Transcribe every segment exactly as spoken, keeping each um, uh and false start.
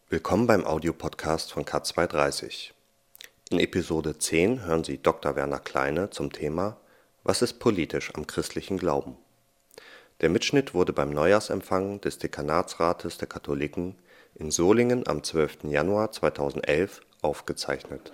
Willkommen beim Audiopodcast von K zweihundertdreißig. In Episode zehn hören Sie Doktor Werner Kleine zum Thema Was ist politisch am christlichen Glauben? Der Mitschnitt wurde beim Neujahrsempfang des Dekanatsrates der Katholiken in Solingen am zwölften Januar zweitausendelf aufgezeichnet.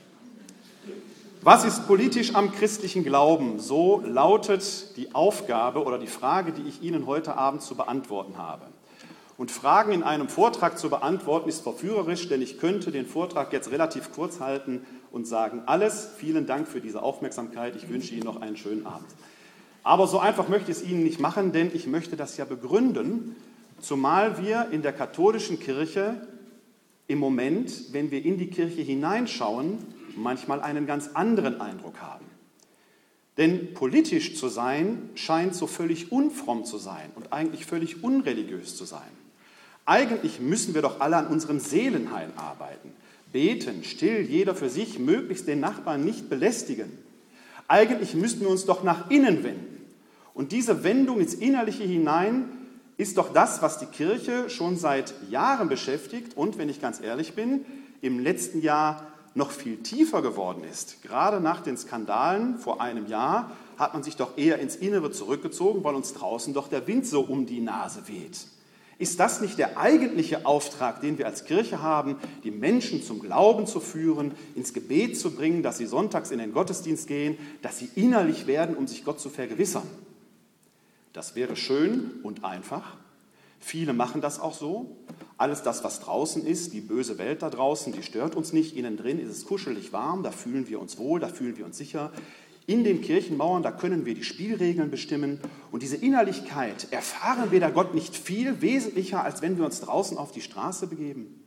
Was ist politisch am christlichen Glauben? So lautet die Aufgabe oder die Frage, die ich Ihnen heute Abend zu beantworten habe. Und Fragen in einem Vortrag zu beantworten ist verführerisch, denn ich könnte den Vortrag jetzt relativ kurz halten und sagen, alles, vielen Dank für diese Aufmerksamkeit, ich wünsche Ihnen noch einen schönen Abend. Aber so einfach möchte ich es Ihnen nicht machen, denn ich möchte das ja begründen, zumal wir in der katholischen Kirche im Moment, wenn wir in die Kirche hineinschauen, manchmal einen ganz anderen Eindruck haben. Denn politisch zu sein, scheint so völlig unfromm zu sein und eigentlich völlig unreligiös zu sein. Eigentlich müssen wir doch alle an unserem Seelenheil arbeiten. Beten, still, jeder für sich, möglichst den Nachbarn nicht belästigen. Eigentlich müssten wir uns doch nach innen wenden. Und diese Wendung ins Innerliche hinein ist doch das, was die Kirche schon seit Jahren beschäftigt und, wenn ich ganz ehrlich bin, im letzten Jahr noch viel tiefer geworden ist. Gerade nach den Skandalen vor einem Jahr hat man sich doch eher ins Innere zurückgezogen, weil uns draußen doch der Wind so um die Nase weht. Ist das nicht der eigentliche Auftrag, den wir als Kirche haben, die Menschen zum Glauben zu führen, ins Gebet zu bringen, dass sie sonntags in den Gottesdienst gehen, dass sie innerlich werden, um sich Gott zu vergewissern? Das wäre schön und einfach. Viele machen das auch so. Alles das, was draußen ist, die böse Welt da draußen, die stört uns nicht. Innen drin ist es kuschelig warm, da fühlen wir uns wohl, da fühlen wir uns sicher. In den Kirchenmauern, da können wir die Spielregeln bestimmen. Und diese Innerlichkeit erfahren wir da Gott nicht viel wesentlicher, als wenn wir uns draußen auf die Straße begeben.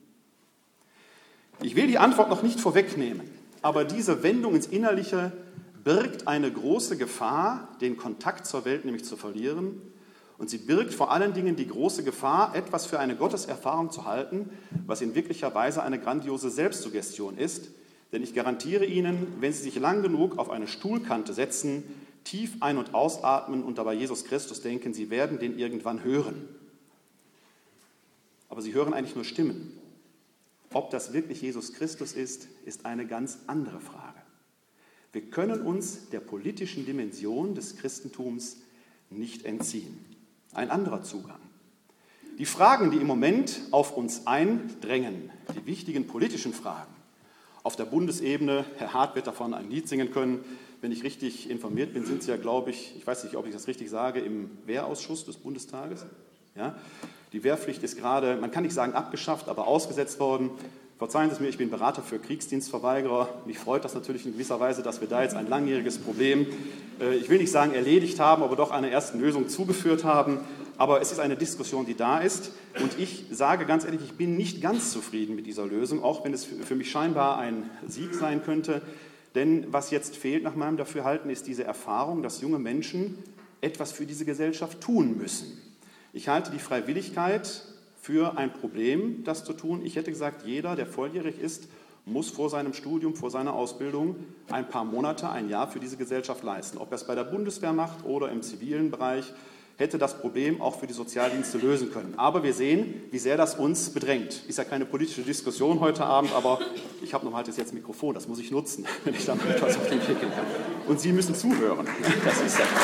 Ich will die Antwort noch nicht vorwegnehmen, aber diese Wendung ins Innerliche birgt eine große Gefahr, den Kontakt zur Welt nämlich zu verlieren. Und sie birgt vor allen Dingen die große Gefahr, etwas für eine Gotteserfahrung zu halten, was in wirklicher Weise eine grandiose Selbstsuggestion ist. Denn ich garantiere Ihnen, wenn Sie sich lang genug auf eine Stuhlkante setzen, tief ein- und ausatmen und dabei Jesus Christus denken, Sie werden den irgendwann hören. Aber Sie hören eigentlich nur Stimmen. Ob das wirklich Jesus Christus ist, ist eine ganz andere Frage. Wir können uns der politischen Dimension des Christentums nicht entziehen. Ein anderer Zugang. Die Fragen, die im Moment auf uns eindrängen, die wichtigen politischen Fragen, auf der Bundesebene, Herr Hart wird davon ein Lied singen können, wenn ich richtig informiert bin, sind Sie ja, glaube ich, ich weiß nicht, ob ich das richtig sage, im Wehrausschuss des Bundestages. Ja? Die Wehrpflicht ist gerade, man kann nicht sagen abgeschafft, aber ausgesetzt worden. Verzeihen Sie es mir, ich bin Berater für Kriegsdienstverweigerer. Mich freut das natürlich in gewisser Weise, dass wir da jetzt ein langjähriges Problem, ich will nicht sagen erledigt haben, aber doch einer ersten Lösung zugeführt haben. Aber es ist eine Diskussion, die da ist. Und ich sage ganz ehrlich, ich bin nicht ganz zufrieden mit dieser Lösung, auch wenn es für mich scheinbar ein Sieg sein könnte. Denn was jetzt fehlt nach meinem Dafürhalten, ist diese Erfahrung, dass junge Menschen etwas für diese Gesellschaft tun müssen. Ich halte die Freiwilligkeit für ein Problem, das zu tun. Ich hätte gesagt, jeder, der volljährig ist, muss vor seinem Studium, vor seiner Ausbildung ein paar Monate, ein Jahr für diese Gesellschaft leisten. Ob er es bei der Bundeswehr macht oder im zivilen Bereich, hätte das Problem auch für die Sozialdienste lösen können. Aber wir sehen, wie sehr das uns bedrängt. Ist ja keine politische Diskussion heute Abend, aber ich habe normalerweise jetzt Mikrofon, das muss ich nutzen, wenn ich damit etwas auf den Weg gehen kann. Und Sie müssen zuhören. Das ist ja.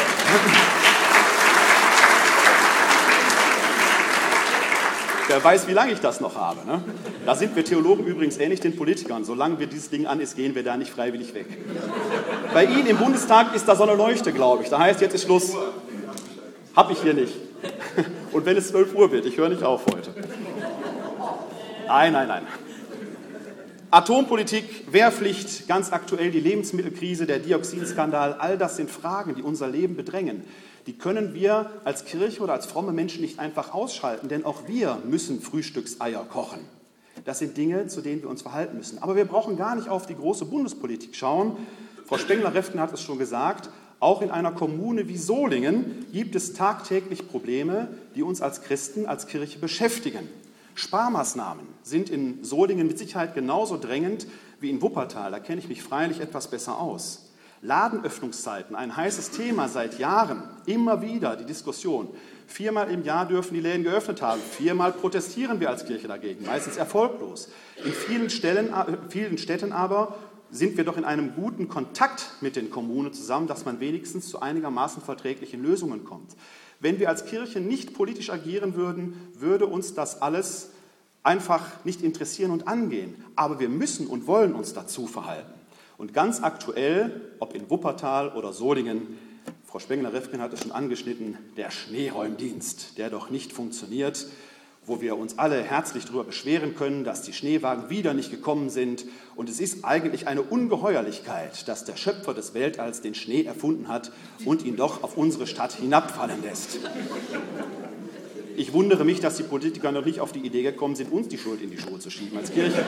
Wer weiß, wie lange ich das noch habe. Ne? Da sind wir Theologen übrigens ähnlich den Politikern. Solange wir dieses Ding an ist, gehen wir da nicht freiwillig weg. Bei Ihnen im Bundestag ist da so eine Leuchte, glaube ich. Da heißt, jetzt ist Schluss. Hab ich hier nicht. Und wenn es zwölf Uhr wird, ich höre nicht auf heute. Nein, nein, nein. Atompolitik, Wehrpflicht, ganz aktuell die Lebensmittelkrise, der Dioxinskandal, all das sind Fragen, die unser Leben bedrängen. Die können wir als Kirche oder als fromme Menschen nicht einfach ausschalten, denn auch wir müssen Frühstückseier kochen. Das sind Dinge, zu denen wir uns verhalten müssen. Aber wir brauchen gar nicht auf die große Bundespolitik schauen. Frau Spengler-Refken hat es schon gesagt, auch in einer Kommune wie Solingen gibt es tagtäglich Probleme, die uns als Christen, als Kirche beschäftigen. Sparmaßnahmen sind in Solingen mit Sicherheit genauso drängend wie in Wuppertal. Da kenne ich mich freilich etwas besser aus. Ladenöffnungszeiten, ein heißes Thema seit Jahren, immer wieder die Diskussion. Viermal im Jahr dürfen die Läden geöffnet haben, viermal protestieren wir als Kirche dagegen, meistens erfolglos. In vielen, Stellen, vielen Städten aber sind wir doch in einem guten Kontakt mit den Kommunen zusammen, dass man wenigstens zu einigermaßen verträglichen Lösungen kommt. Wenn wir als Kirche nicht politisch agieren würden, würde uns das alles einfach nicht interessieren und angehen. Aber wir müssen und wollen uns dazu verhalten. Und ganz aktuell, ob in Wuppertal oder Solingen, Frau Spengler-Refkin hat es schon angeschnitten, der Schneeräumdienst, der doch nicht funktioniert, wo wir uns alle herzlich darüber beschweren können, dass die Schneewagen wieder nicht gekommen sind. Und es ist eigentlich eine Ungeheuerlichkeit, dass der Schöpfer des Weltalls den Schnee erfunden hat und ihn doch auf unsere Stadt hinabfallen lässt. Ich wundere mich, dass die Politiker noch nicht auf die Idee gekommen sind, uns die Schuld in die Schuhe zu schieben als Kirche.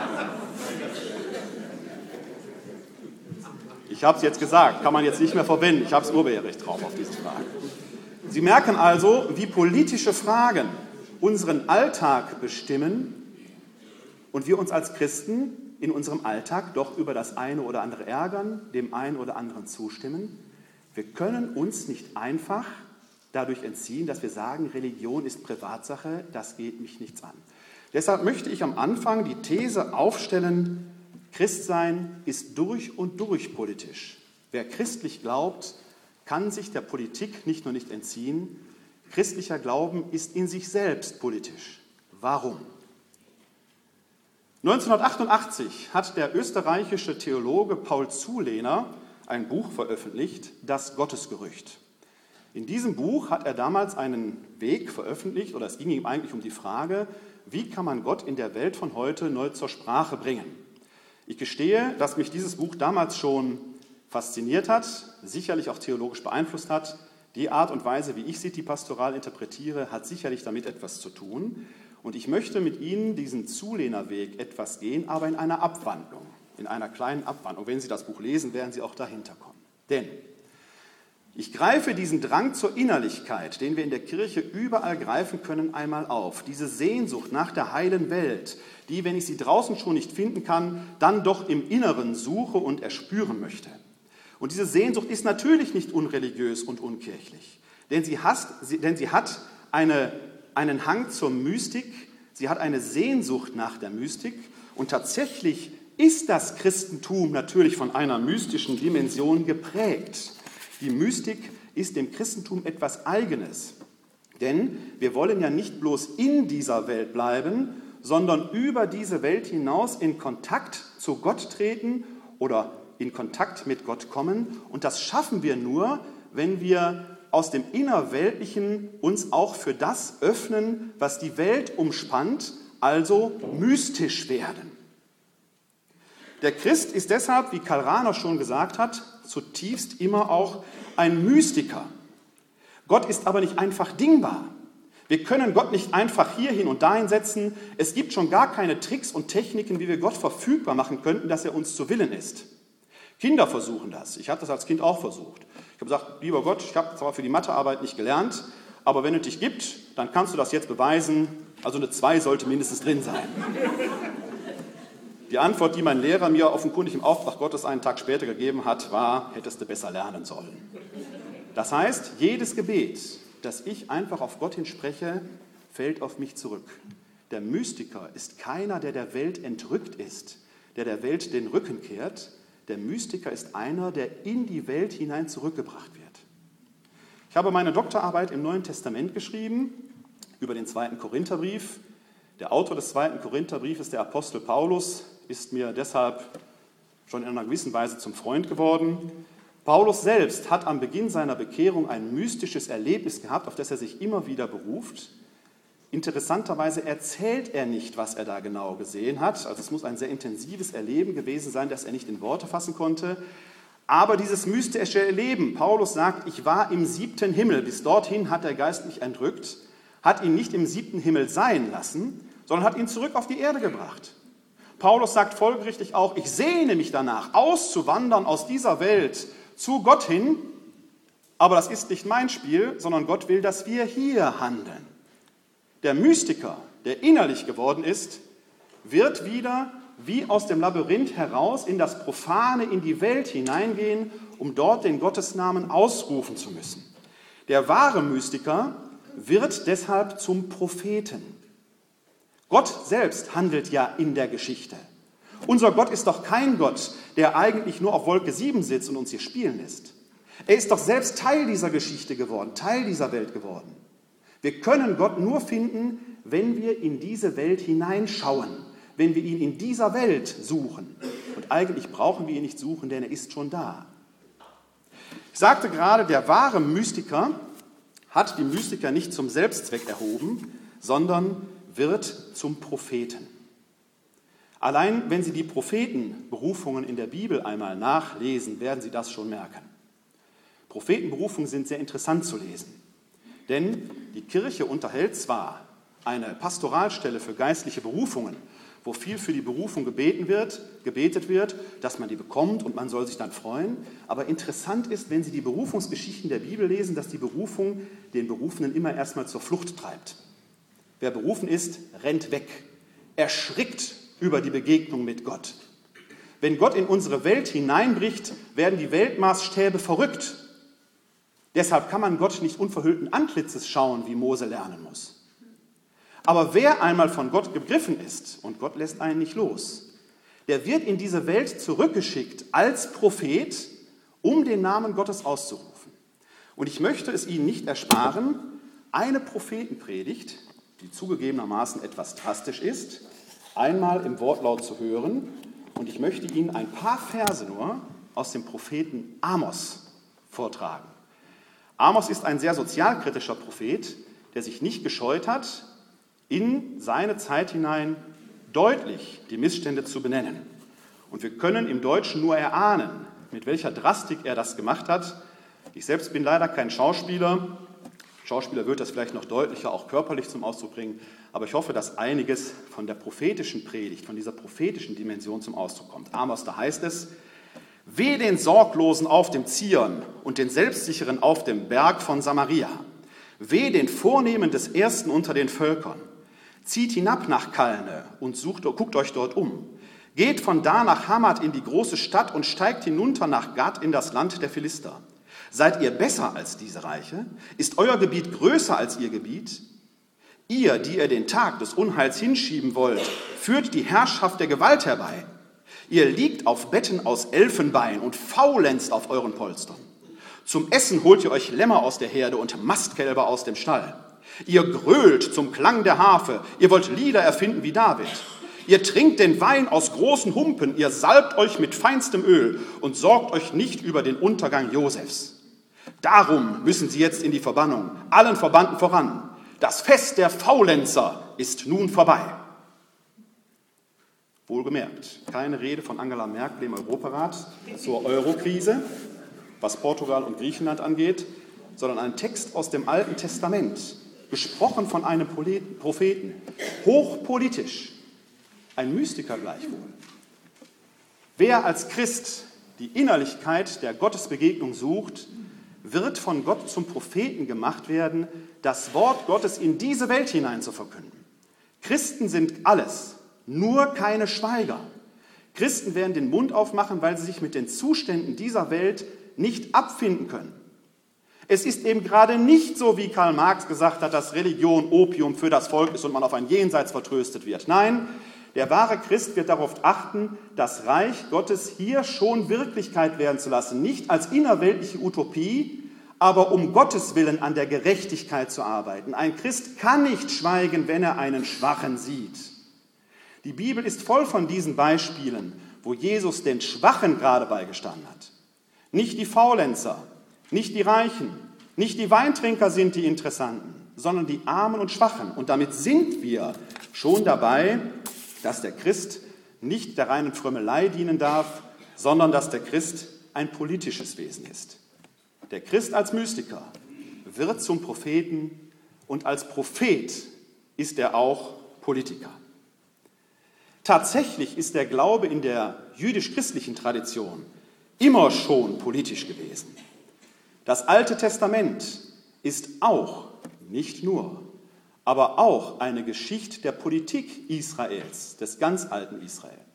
Ich habe es jetzt gesagt, kann man jetzt nicht mehr verwenden. Ich habe das Urheberrecht drauf auf diese Frage. Sie merken also, wie politische Fragen unseren Alltag bestimmen und wir uns als Christen in unserem Alltag doch über das eine oder andere ärgern, dem einen oder anderen zustimmen. Wir können uns nicht einfach dadurch entziehen, dass wir sagen, Religion ist Privatsache, das geht mich nichts an. Deshalb möchte ich am Anfang die These aufstellen, Christsein ist durch und durch politisch. Wer christlich glaubt, kann sich der Politik nicht nur nicht entziehen. Christlicher Glauben ist in sich selbst politisch. Warum? neunzehnhundertachtundachtzig hat der österreichische Theologe Paul Zulehner ein Buch veröffentlicht, Das Gottesgerücht. In diesem Buch hat er damals einen Weg veröffentlicht, oder es ging ihm eigentlich um die Frage, wie kann man Gott in der Welt von heute neu zur Sprache bringen? Ich gestehe, dass mich dieses Buch damals schon fasziniert hat, sicherlich auch theologisch beeinflusst hat. Die Art und Weise, wie ich die Pastoral interpretiere, hat sicherlich damit etwas zu tun. Und ich möchte mit Ihnen diesen Zulehnerweg etwas gehen, aber in einer Abwandlung, in einer kleinen Abwandlung. Wenn Sie das Buch lesen, werden Sie auch dahinter kommen. Denn ich greife diesen Drang zur Innerlichkeit, den wir in der Kirche überall greifen können, einmal auf. Diese Sehnsucht nach der heilen Welt, die, wenn ich sie draußen schon nicht finden kann, dann doch im Inneren suche und erspüren möchte. Und diese Sehnsucht ist natürlich nicht unreligiös und unkirchlich, denn sie, hasst, sie, denn sie hat eine, einen Hang zur Mystik, sie hat eine Sehnsucht nach der Mystik und tatsächlich ist das Christentum natürlich von einer mystischen Dimension geprägt. Die Mystik ist dem Christentum etwas Eigenes, denn wir wollen ja nicht bloß in dieser Welt bleiben, sondern über diese Welt hinaus in Kontakt zu Gott treten oder in Kontakt mit Gott kommen. Und das schaffen wir nur, wenn wir aus dem Innerweltlichen uns auch für das öffnen, was die Welt umspannt, also mystisch werden. Der Christ ist deshalb, wie Karl Rahner schon gesagt hat, zutiefst immer auch ein Mystiker. Gott ist aber nicht einfach dingbar. Wir können Gott nicht einfach hierhin und dahin setzen. Es gibt schon gar keine Tricks und Techniken, wie wir Gott verfügbar machen könnten, dass er uns zu Willen ist. Kinder versuchen das. Ich habe das als Kind auch versucht. Ich habe gesagt, lieber Gott, ich habe zwar für die Mathearbeit nicht gelernt, aber wenn es dich gibt, dann kannst du das jetzt beweisen. Also eine zwei sollte mindestens drin sein. Die Antwort, die mein Lehrer mir offenkundig im Auftrag Gottes einen Tag später gegeben hat, war, hättest du besser lernen sollen. Das heißt, jedes Gebet, das ich einfach auf Gott hin spreche, fällt auf mich zurück. Der Mystiker ist keiner, der der Welt entrückt ist, der der Welt den Rücken kehrt. Der Mystiker ist einer, der in die Welt hinein zurückgebracht wird. Ich habe meine Doktorarbeit im Neuen Testament geschrieben, über den zweiten Korintherbrief. Der Autor des zweiten Korintherbriefes, der Apostel Paulus, ist mir deshalb schon in einer gewissen Weise zum Freund geworden. Paulus selbst hat am Beginn seiner Bekehrung ein mystisches Erlebnis gehabt, auf das er sich immer wieder beruft. Interessanterweise erzählt er nicht, was er da genau gesehen hat. Also es muss ein sehr intensives Erleben gewesen sein, das er nicht in Worte fassen konnte. Aber dieses mystische Erleben, Paulus sagt, ich war im siebten Himmel, bis dorthin hat der Geist mich entrückt, hat ihn nicht im siebten Himmel sein lassen, sondern hat ihn zurück auf die Erde gebracht. Paulus sagt folgerichtig auch, ich sehne mich danach, auszuwandern aus dieser Welt zu Gott hin, aber das ist nicht mein Spiel, sondern Gott will, dass wir hier handeln. Der Mystiker, der innerlich geworden ist, wird wieder wie aus dem Labyrinth heraus in das Profane, in die Welt hineingehen, um dort den Gottesnamen ausrufen zu müssen. Der wahre Mystiker wird deshalb zum Propheten. Gott selbst handelt ja in der Geschichte. Unser Gott ist doch kein Gott, der eigentlich nur auf Wolke sieben sitzt und uns hier spielen lässt. Er ist doch selbst Teil dieser Geschichte geworden, Teil dieser Welt geworden. Wir können Gott nur finden, wenn wir in diese Welt hineinschauen, wenn wir ihn in dieser Welt suchen. Und eigentlich brauchen wir ihn nicht suchen, denn er ist schon da. Ich sagte gerade, der wahre Mystiker hat die Mystiker nicht zum Selbstzweck erhoben, sondern wird zum Propheten. Allein wenn Sie die Prophetenberufungen in der Bibel einmal nachlesen, werden Sie das schon merken. Prophetenberufungen sind sehr interessant zu lesen, denn die Kirche unterhält zwar eine Pastoralstelle für geistliche Berufungen, wo viel für die Berufung gebeten wird, gebetet wird, dass man die bekommt und man soll sich dann freuen. Aber interessant ist, wenn Sie die Berufungsgeschichten der Bibel lesen, dass die Berufung den Berufenen immer erstmal zur Flucht treibt. Wer berufen ist, rennt weg, erschrickt über die Begegnung mit Gott. Wenn Gott in unsere Welt hineinbricht, werden die Weltmaßstäbe verrückt. Deshalb kann man Gott nicht unverhüllten Antlitzes schauen, wie Mose lernen muss. Aber wer einmal von Gott gegriffen ist, und Gott lässt einen nicht los, der wird in diese Welt zurückgeschickt als Prophet, um den Namen Gottes auszurufen. Und ich möchte es Ihnen nicht ersparen, eine Prophetenpredigt, die zugegebenermaßen etwas drastisch ist, einmal im Wortlaut zu hören. Und ich möchte Ihnen ein paar Verse nur aus dem Propheten Amos vortragen. Amos ist ein sehr sozialkritischer Prophet, der sich nicht gescheut hat, in seine Zeit hinein deutlich die Missstände zu benennen. Und wir können im Deutschen nur erahnen, mit welcher Drastik er das gemacht hat. Ich selbst bin leider kein Schauspieler. Schauspieler wird das vielleicht noch deutlicher, auch körperlich zum Ausdruck bringen. Aber ich hoffe, dass einiges von der prophetischen Predigt, von dieser prophetischen Dimension zum Ausdruck kommt. Amos, da heißt es: Weh den Sorglosen auf dem Zion und den Selbstsicheren auf dem Berg von Samaria. Weh den Vornehmen des Ersten unter den Völkern. Zieht hinab nach Kalne und sucht, guckt euch dort um. Geht von da nach Hamat in die große Stadt und steigt hinunter nach Gad in das Land der Philister. Seid ihr besser als diese Reiche? Ist euer Gebiet größer als ihr Gebiet? Ihr, die ihr den Tag des Unheils hinschieben wollt, führt die Herrschaft der Gewalt herbei. Ihr liegt auf Betten aus Elfenbein und faulenzt auf euren Polstern. Zum Essen holt ihr euch Lämmer aus der Herde und Mastkälber aus dem Stall. Ihr grölt zum Klang der Harfe, ihr wollt Lieder erfinden wie David. Ihr trinkt den Wein aus großen Humpen, ihr salbt euch mit feinstem Öl und sorgt euch nicht über den Untergang Josefs. Darum müssen sie jetzt in die Verbannung, allen Verbannten voran. Das Fest der Faulenzer ist nun vorbei. Wohlgemerkt, keine Rede von Angela Merkel im Europarat zur Eurokrise, was Portugal und Griechenland angeht, sondern ein Text aus dem Alten Testament, gesprochen von einem Propheten, hochpolitisch, ein Mystiker gleichwohl. Wer als Christ die Innerlichkeit der Gottesbegegnung sucht, wird von Gott zum Propheten gemacht werden, das Wort Gottes in diese Welt hinein zu verkünden. Christen sind alles, nur keine Schweiger. Christen werden den Mund aufmachen, weil sie sich mit den Zuständen dieser Welt nicht abfinden können. Es ist eben gerade nicht so, wie Karl Marx gesagt hat, dass Religion Opium für das Volk ist und man auf ein Jenseits vertröstet wird. Nein, der wahre Christ wird darauf achten, das Reich Gottes hier schon Wirklichkeit werden zu lassen. Nicht als innerweltliche Utopie, aber um Gottes Willen an der Gerechtigkeit zu arbeiten. Ein Christ kann nicht schweigen, wenn er einen Schwachen sieht. Die Bibel ist voll von diesen Beispielen, wo Jesus den Schwachen gerade beigestanden hat. Nicht die Faulenzer, nicht die Reichen, nicht die Weintrinker sind die Interessanten, sondern die Armen und Schwachen. Und damit sind wir schon dabei, dass der Christ nicht der reinen Frömmelei dienen darf, sondern dass der Christ ein politisches Wesen ist. Der Christ als Mystiker wird zum Propheten und als Prophet ist er auch Politiker. Tatsächlich ist der Glaube in der jüdisch-christlichen Tradition immer schon politisch gewesen. Das Alte Testament ist auch, nicht nur, aber auch eine Geschichte der Politik Israels, des ganz alten Israel.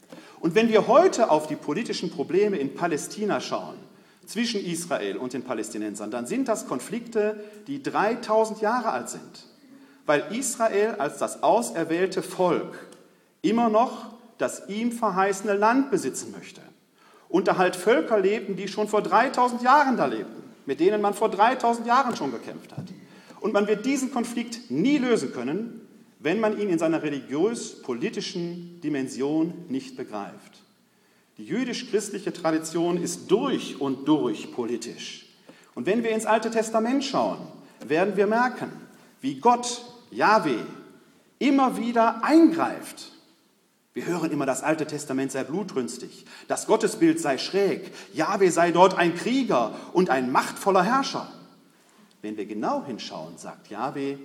Und wenn wir heute auf die politischen Probleme in Palästina schauen, zwischen Israel und den Palästinensern, dann sind das Konflikte, die dreitausend Jahre alt sind, weil Israel als das auserwählte Volk immer noch das ihm verheißene Land besitzen möchte. Und da halt Völker lebten, die schon vor dreitausend Jahren da lebten, mit denen man vor dreitausend Jahren schon gekämpft hat. Und man wird diesen Konflikt nie lösen können, wenn man ihn in seiner religiös-politischen Dimension nicht begreift. Die jüdisch-christliche Tradition ist durch und durch politisch. Und wenn wir ins Alte Testament schauen, werden wir merken, wie Gott, Jahwe, immer wieder eingreift. Wir hören immer, das Alte Testament sei blutrünstig, das Gottesbild sei schräg, Jahwe sei dort ein Krieger und ein machtvoller Herrscher. Wenn wir genau hinschauen, sagt Jahwe,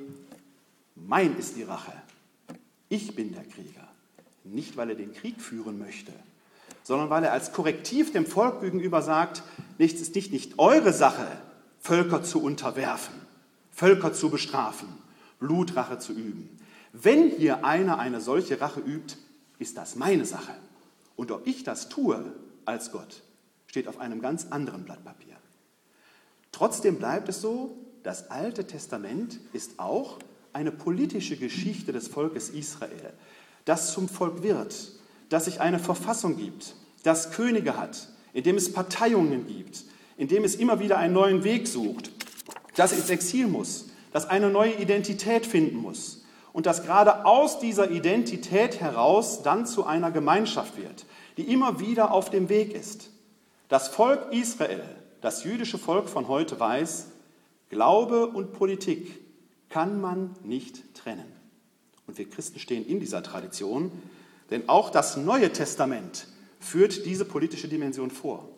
mein ist die Rache, ich bin der Krieger. Nicht, weil er den Krieg führen möchte, sondern weil er als Korrektiv dem Volk gegenüber sagt, es ist nicht, nicht eure Sache, Völker zu unterwerfen, Völker zu bestrafen, Blutrache zu üben. Wenn hier einer eine solche Rache übt, ist das meine Sache. Und ob ich das tue als Gott, steht auf einem ganz anderen Blatt Papier. Trotzdem bleibt es so, das Alte Testament ist auch eine politische Geschichte des Volkes Israel, das zum Volk wird, das sich eine Verfassung gibt, das Könige hat, in dem es Parteiungen gibt, in dem es immer wieder einen neuen Weg sucht, das ins Exil muss, das eine neue Identität finden muss und das gerade aus dieser Identität heraus dann zu einer Gemeinschaft wird, die immer wieder auf dem Weg ist. Das Volk Israel, das jüdische Volk von heute weiß, Glaube und Politik kann man nicht trennen. Und wir Christen stehen in dieser Tradition, denn auch das Neue Testament führt diese politische Dimension vor.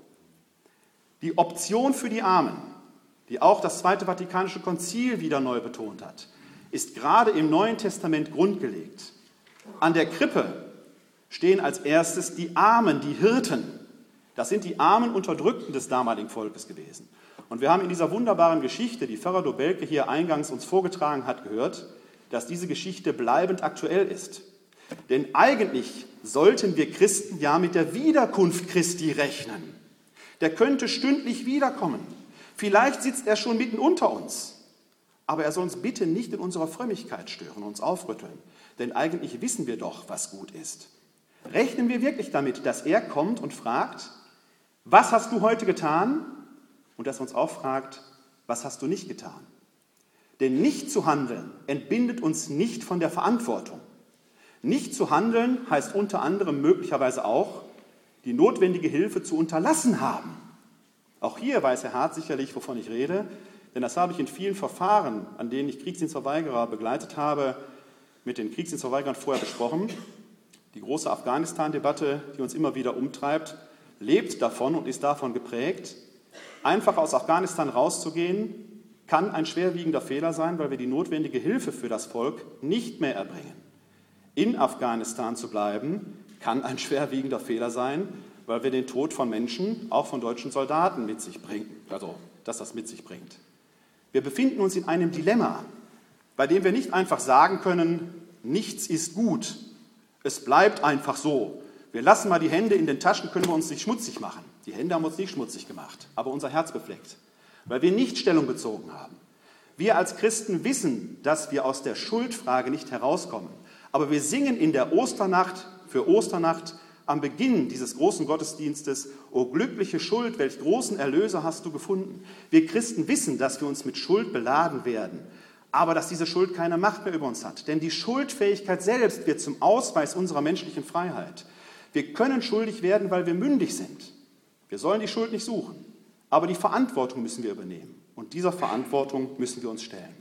Die Option für die Armen, die auch das Zweite Vatikanische Konzil wieder neu betont hat, ist gerade im Neuen Testament grundgelegt. An der Krippe stehen als erstes die Armen, die Hirten. Das sind die armen Unterdrückten des damaligen Volkes gewesen. Und wir haben in dieser wunderbaren Geschichte, die Pfarrer Dobelke hier eingangs uns vorgetragen hat, gehört, dass diese Geschichte bleibend aktuell ist. Denn eigentlich sollten wir Christen ja mit der Wiederkunft Christi rechnen. Der könnte stündlich wiederkommen. Vielleicht sitzt er schon mitten unter uns. Aber er soll uns bitte nicht in unserer Frömmigkeit stören, uns aufrütteln. Denn eigentlich wissen wir doch, was gut ist. Rechnen wir wirklich damit, dass er kommt und fragt, was hast du heute getan? Und dass er uns auch fragt, was hast du nicht getan? Denn nicht zu handeln entbindet uns nicht von der Verantwortung. Nicht zu handeln heißt unter anderem möglicherweise auch, die notwendige Hilfe zu unterlassen haben. Auch hier weiß Herr Hart sicherlich, wovon ich rede, denn das habe ich in vielen Verfahren, an denen ich Kriegsdienstverweigerer begleitet habe, mit den Kriegsdienstverweigerern vorher besprochen. Die große Afghanistan-Debatte, die uns immer wieder umtreibt, lebt davon und ist davon geprägt. Einfach aus Afghanistan rauszugehen, kann ein schwerwiegender Fehler sein, weil wir die notwendige Hilfe für das Volk nicht mehr erbringen. In Afghanistan zu bleiben, kann ein schwerwiegender Fehler sein, weil wir den Tod von Menschen, auch von deutschen Soldaten, mit sich bringen, also dass das mit sich bringt. Wir befinden uns in einem Dilemma, bei dem wir nicht einfach sagen können, nichts ist gut, es bleibt einfach so. Wir lassen mal die Hände in den Taschen, können wir uns nicht schmutzig machen. Die Hände haben uns nicht schmutzig gemacht, aber unser Herz befleckt, weil wir nicht Stellung bezogen haben. Wir als Christen wissen, dass wir aus der Schuldfrage nicht herauskommen, aber wir singen in der Osternacht, für Osternacht, am Beginn dieses großen Gottesdienstes, O glückliche Schuld, welch großen Erlöser hast du gefunden. Wir Christen wissen, dass wir uns mit Schuld beladen werden, aber dass diese Schuld keine Macht mehr über uns hat. Denn die Schuldfähigkeit selbst wird zum Ausweis unserer menschlichen Freiheit. Wir können schuldig werden, weil wir mündig sind. Wir sollen die Schuld nicht suchen, aber die Verantwortung müssen wir übernehmen. Und dieser Verantwortung müssen wir uns stellen.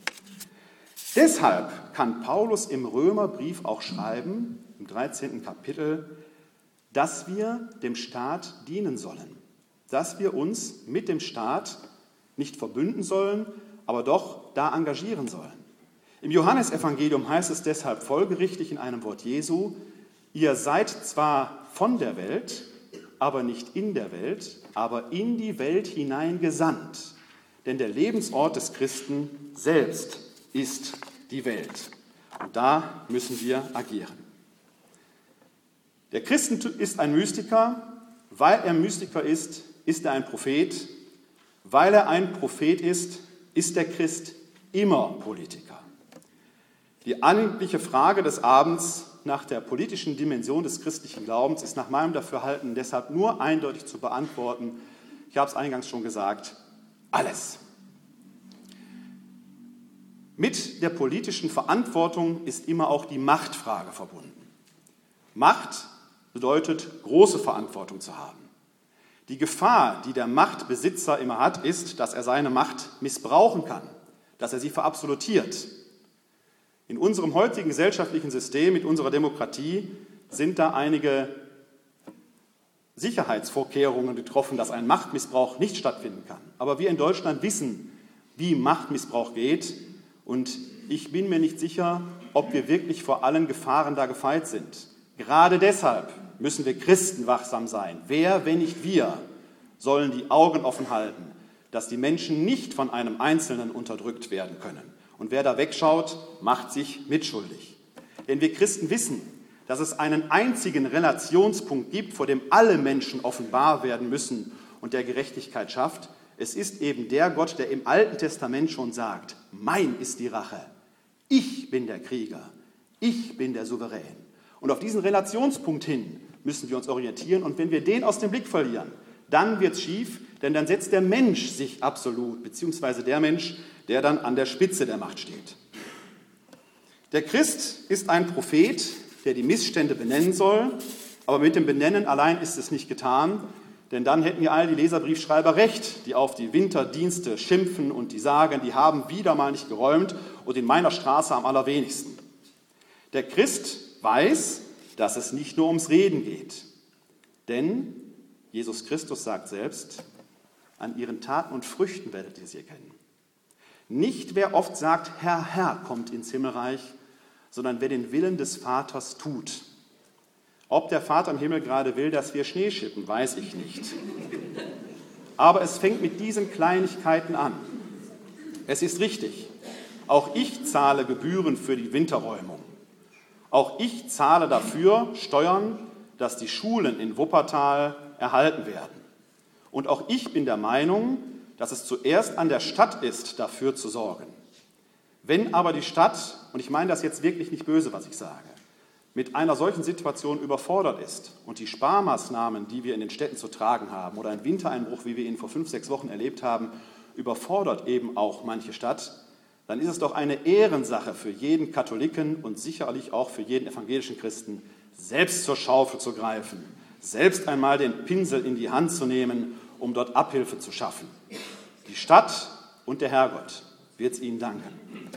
Deshalb kann Paulus im Römerbrief auch schreiben, im dreizehnten Kapitel, dass wir dem Staat dienen sollen, dass wir uns mit dem Staat nicht verbünden sollen, aber doch da engagieren sollen. Im Johannesevangelium heißt es deshalb folgerichtig in einem Wort Jesu, ihr seid zwar von der Welt, aber nicht in der Welt, aber in die Welt hinein gesandt. Denn der Lebensort des Christen selbst ist die Welt. Und da müssen wir agieren. Der Christ ist ein Mystiker. Weil er Mystiker ist, ist er ein Prophet. Weil er ein Prophet ist, ist der Christ immer Politiker. Die eigentliche Frage des Abends nach der politischen Dimension des christlichen Glaubens ist nach meinem Dafürhalten deshalb nur eindeutig zu beantworten. Ich habe es eingangs schon gesagt, alles. Mit der politischen Verantwortung ist immer auch die Machtfrage verbunden. Macht bedeutet, große Verantwortung zu haben. Die Gefahr, die der Machtbesitzer immer hat, ist, dass er seine Macht missbrauchen kann, dass er sie verabsolutiert. In unserem heutigen gesellschaftlichen System, mit unserer Demokratie, sind da einige Sicherheitsvorkehrungen getroffen, dass ein Machtmissbrauch nicht stattfinden kann. Aber wir in Deutschland wissen, wie Machtmissbrauch geht, und ich bin mir nicht sicher, ob wir wirklich vor allen Gefahren da gefeit sind. Gerade deshalb müssen wir Christen wachsam sein. Wer, wenn nicht wir, sollen die Augen offen halten, dass die Menschen nicht von einem Einzelnen unterdrückt werden können. Und wer da wegschaut, macht sich mitschuldig. Denn wir Christen wissen, dass es einen einzigen Relationspunkt gibt, vor dem alle Menschen offenbar werden müssen und der Gerechtigkeit schafft. Es ist eben der Gott, der im Alten Testament schon sagt, mein ist die Rache, ich bin der Krieger, ich bin der Souverän. Und auf diesen Relationspunkt hin müssen wir uns orientieren. Und wenn wir den aus dem Blick verlieren, dann wird es schief, denn dann setzt der Mensch sich absolut, beziehungsweise der Mensch, der dann an der Spitze der Macht steht. Der Christ ist ein Prophet, der die Missstände benennen soll, aber mit dem Benennen allein ist es nicht getan, denn dann hätten ja all die Leserbriefschreiber recht, die auf die Winterdienste schimpfen und die sagen, die haben wieder mal nicht geräumt und in meiner Straße am allerwenigsten. Der Christ weiß, dass es nicht nur ums Reden geht, denn Jesus Christus sagt selbst, an ihren Taten und Früchten werdet ihr sie erkennen. Nicht wer oft sagt, Herr, Herr, kommt ins Himmelreich, sondern wer den Willen des Vaters tut. Ob der Vater im Himmel gerade will, dass wir Schnee schippen, weiß ich nicht. Aber es fängt mit diesen Kleinigkeiten an. Es ist richtig, auch ich zahle Gebühren für die Winterräumung. Auch ich zahle dafür Steuern, dass die Schulen in Wuppertal erhalten werden. Und auch ich bin der Meinung, dass es zuerst an der Stadt ist, dafür zu sorgen. Wenn aber die Stadt, und ich meine das jetzt wirklich nicht böse, was ich sage, mit einer solchen Situation überfordert ist und die Sparmaßnahmen, die wir in den Städten zu tragen haben, oder ein Wintereinbruch, wie wir ihn vor fünf, sechs Wochen erlebt haben, überfordert eben auch manche Stadt, dann ist es doch eine Ehrensache für jeden Katholiken und sicherlich auch für jeden evangelischen Christen, selbst zur Schaufel zu greifen, selbst einmal den Pinsel in die Hand zu nehmen, um dort Abhilfe zu schaffen. Die Stadt und der Herrgott wird es Ihnen danken.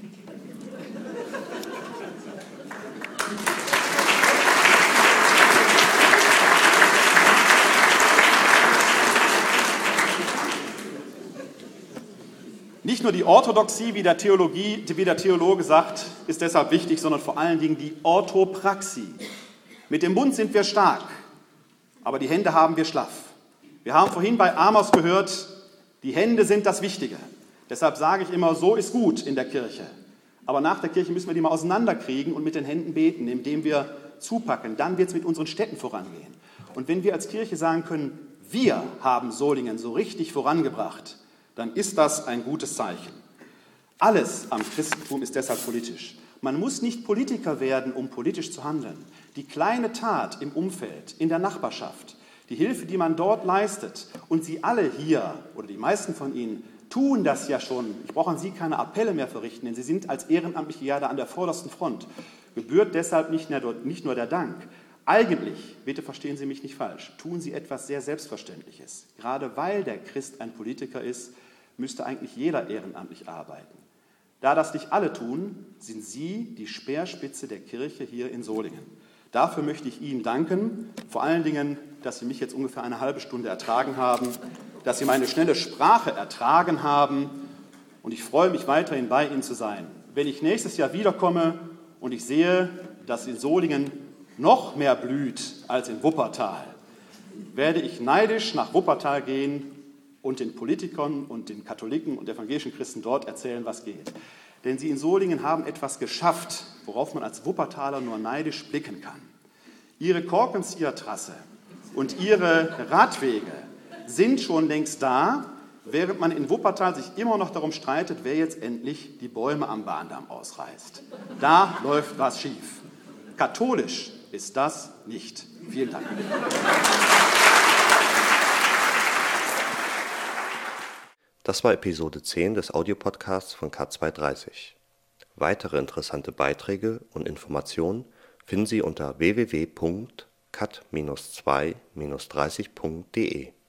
Nicht nur die Orthodoxie, wie der, Theologie, wie der Theologe sagt, ist deshalb wichtig, sondern vor allen Dingen die Orthopraxie. Mit dem Mund sind wir stark, aber die Hände haben wir schlaff. Wir haben vorhin bei Amos gehört, die Hände sind das Wichtige. Deshalb sage ich immer, so ist gut in der Kirche. Aber nach der Kirche müssen wir die mal auseinanderkriegen und mit den Händen beten, indem wir zupacken. Dann wird es mit unseren Städten vorangehen. Und wenn wir als Kirche sagen können, wir haben Solingen so richtig vorangebracht, dann ist das ein gutes Zeichen. Alles am Christentum ist deshalb politisch. Man muss nicht Politiker werden, um politisch zu handeln. Die kleine Tat im Umfeld, in der Nachbarschaft, die Hilfe, die man dort leistet, und Sie alle hier, oder die meisten von Ihnen, tun das ja schon. Ich brauche an Sie keine Appelle mehr verrichten, denn Sie sind als Ehrenamtliche ja da an der vordersten Front. Gebührt deshalb nicht nur der Dank. Eigentlich, bitte verstehen Sie mich nicht falsch, tun Sie etwas sehr Selbstverständliches. Gerade weil der Christ ein Politiker ist, müsste eigentlich jeder ehrenamtlich arbeiten. Da das nicht alle tun, sind Sie die Speerspitze der Kirche hier in Solingen. Dafür möchte ich Ihnen danken, vor allen Dingen, dass Sie mich jetzt ungefähr eine halbe Stunde ertragen haben, dass Sie meine schnelle Sprache ertragen haben, und ich freue mich weiterhin bei Ihnen zu sein. Wenn ich nächstes Jahr wiederkomme und ich sehe, dass in Solingen noch mehr blüht als in Wuppertal, werde ich neidisch nach Wuppertal gehen und den Politikern und den Katholiken und evangelischen Christen dort erzählen, was geht. Denn sie in Solingen haben etwas geschafft, worauf man als Wuppertaler nur neidisch blicken kann. Ihre Korkenziehertrasse und Ihre Radwege sind schon längst da, während man in Wuppertal sich immer noch darum streitet, wer jetzt endlich die Bäume am Bahndamm ausreißt. Da läuft was schief. Katholisch ist das nicht. Vielen Dank. Das war Episode zehn des Audiopodcasts von K zweihundertdreißig. Weitere interessante Beiträge und Informationen finden Sie unter w w w punkt cat zwei dreißig punkt d e.